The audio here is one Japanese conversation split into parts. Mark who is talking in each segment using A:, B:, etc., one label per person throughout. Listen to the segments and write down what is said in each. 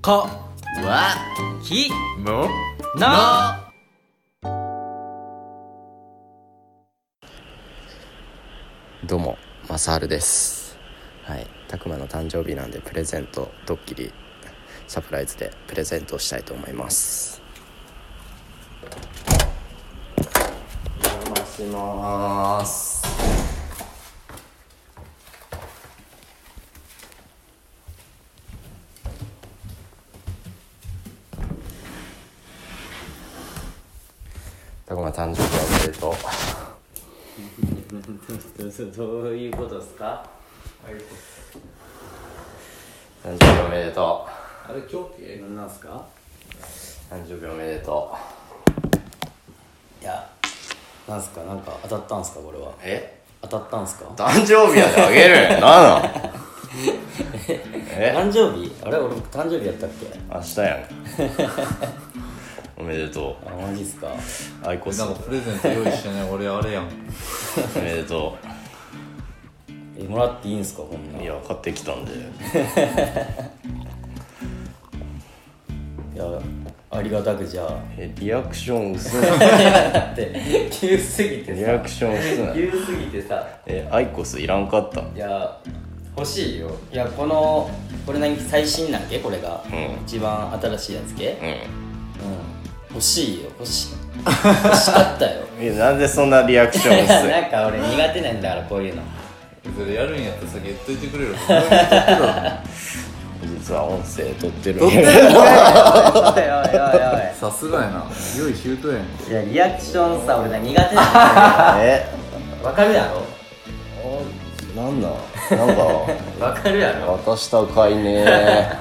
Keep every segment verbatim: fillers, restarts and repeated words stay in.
A: こわきもの
B: どうもマサールです。はい、たくまの誕生日なんでプレゼントドッキリサプライズでプレゼントをしたいと思います。お邪魔します。たくま誕生日おめでとう。
A: どういうことですか？
B: 誕生日おめでと
A: あれ今日って何なんすか？
B: う。誕生日おめでと
A: いや、なんすか、なんか当たったんすかこれは。
B: う。え？
A: 当たったんすか？
B: 誕生日やであげるんや。なんなんえ？
A: 誕生日？あれ俺誕生日やったっけ？
B: 明日やん。おめでと
A: あ、マジっすか。
B: う。アイコス
C: なんかプレゼント用意してね俺あれやん。
B: おめでと
A: え、もらっていいんすかこんな。
B: う。いや買ってきたんで。
A: いや、ありがたくじゃあ。
B: えリアクション薄い。
A: だって急すぎてさ。
B: リアクション薄ない。
A: 急すぎてさ。
B: えアイコスいらんかった。
A: いや欲しいよ。いやこのこれ何最新なんけこれが、
B: うん、
A: 一番新しいやつけ。
B: うん。
A: うん、欲しいよ。欲しい欲しかったよ。
B: えなんでそんなリアクション薄い。
A: なんか俺苦手なんだからこういうの。
C: それやるんやったら先言っといてくれる。
B: 実は音声撮ってる。
C: 撮ってる
A: おいおいおいお
C: さすがやな。用意周到やん。
A: い。いやリアクションさ俺な苦手なんだ
B: え
A: よ。わかるやろ。
B: あなんだなんか
A: わかるやろ。
B: 渡したかいね。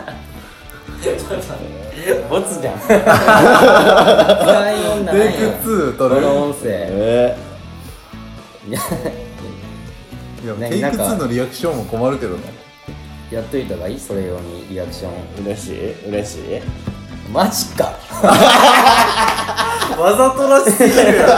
A: ボツじゃん。使い女ない
C: テイ
A: よ
C: クツー撮る。
A: この音声。
B: え
A: いや
C: いや
A: ね
C: テイクツーのリアクションも困るけどね。
A: やっといた方がいいそれ用にリアクション。
B: 嬉しい嬉しい。
A: マジか。
C: わざとらしすぎるや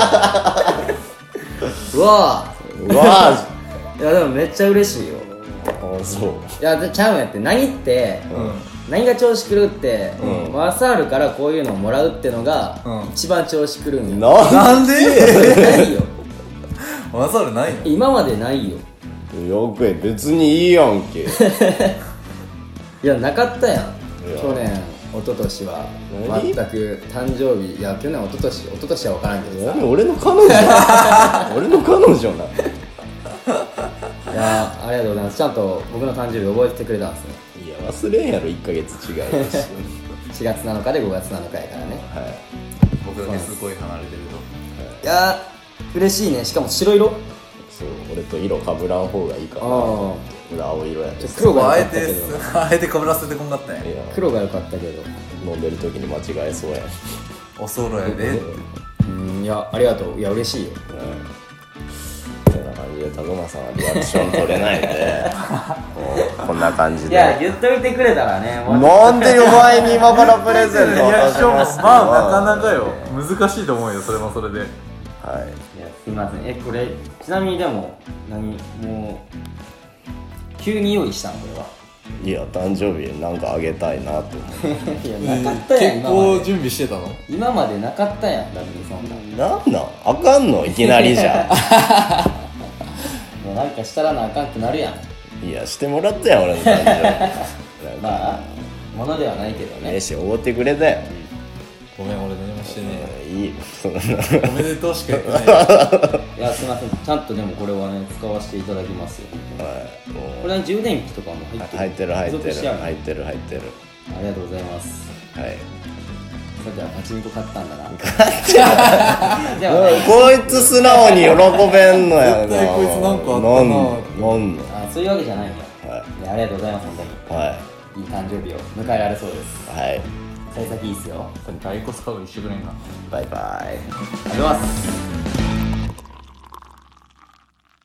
A: うわ
B: うわ
A: ぁ。いやでもめっちゃ嬉しいよ。
B: あそう
A: いやでちゃうんやって何って、
C: ん。うん。
A: 何が調子狂って、
B: うん
A: マサールからこういうのをもらうってのが、
C: うん
A: 一番調子狂うんよ。
B: な
C: なんで？
A: ないよ。
C: わざるないの？
A: 今までないよ。
B: よくえ別にいいやんけ。
A: いやなかったやん。
B: いや
A: 去年一昨年は
B: 何
A: 全く誕生日。いや去年一昨年一昨年は分からんけどさ。
B: 何俺の彼女俺の彼女な。
A: いやありがとうございます。ちゃんと僕の誕生日覚えててくれたんですね。
B: いや忘れんやろいっかげつ違いだし。
A: しがつなのかでごがつなのかやからね。
B: はい
C: 僕だけすごい離れてる
A: いやー嬉しいね。しかも白色。
B: そう俺と色被らん方がいいかな。
A: あ
B: 俺青色やで。
A: 黒
C: と。あえ
A: が良かったけ
C: て
A: ど。
C: あえて被らせてこんかったんや。
B: いや
A: 黒が良かったけど。
B: 飲んでる時に間違えそうやん。
C: おそろやでって。
A: うんいやありがとう。いや嬉しいよ。
B: こんな感じでタグマさんはリアクション取れないんでこうこんな感じで。
A: いや言っといてくれたらね。もう
B: なんでお前に今からプレゼント
C: リアクションも
B: 渡します
C: まあなかなかよ。難しいと思うよそれもそれで。
B: はい
A: いやすいません。えこれちなみにでも何もう急に用意したのこれは。
B: いや誕生日なんかあげたいなと思って。
A: いやなかったやん。
C: 結
A: 今まで
C: 構準備してたの？
A: 今までなかったやん。だってそんな。
B: なんなんあかんのいきなりじゃ
A: もうなんかしたらなあかんくなるやん。
B: いやしてもらったやん俺の誕生日。
A: まあものではないけどね。
B: ねしおごってくれたよ。
C: ごめん俺何もしてね
B: いいそんな
C: え。おめでとうしか言ってない。
A: いやすいません。ちゃんとでもこれはね使わせていただきますよ。
B: はいもう
A: これは充電器とかも入ってる。
B: 入ってる入ってる
A: 付属してあ
B: 入ってる入ってる。
A: ありがとうございます。
B: はい
A: さてはパチンコ買ったんだな。ではね
B: こいつ素直に喜べんのやな。
C: 絶対こいつなんかあったな
B: なんなんの
A: あそういうわけじゃないよ。
B: はい
A: やありがとうございます本当に。
B: はい
A: いい誕生日を迎えられそうです。
B: いはい
A: 幸先いいっすよ。
C: 大コス買う一緒ぐらいな。
B: バイバイ。
A: ありがとうございます。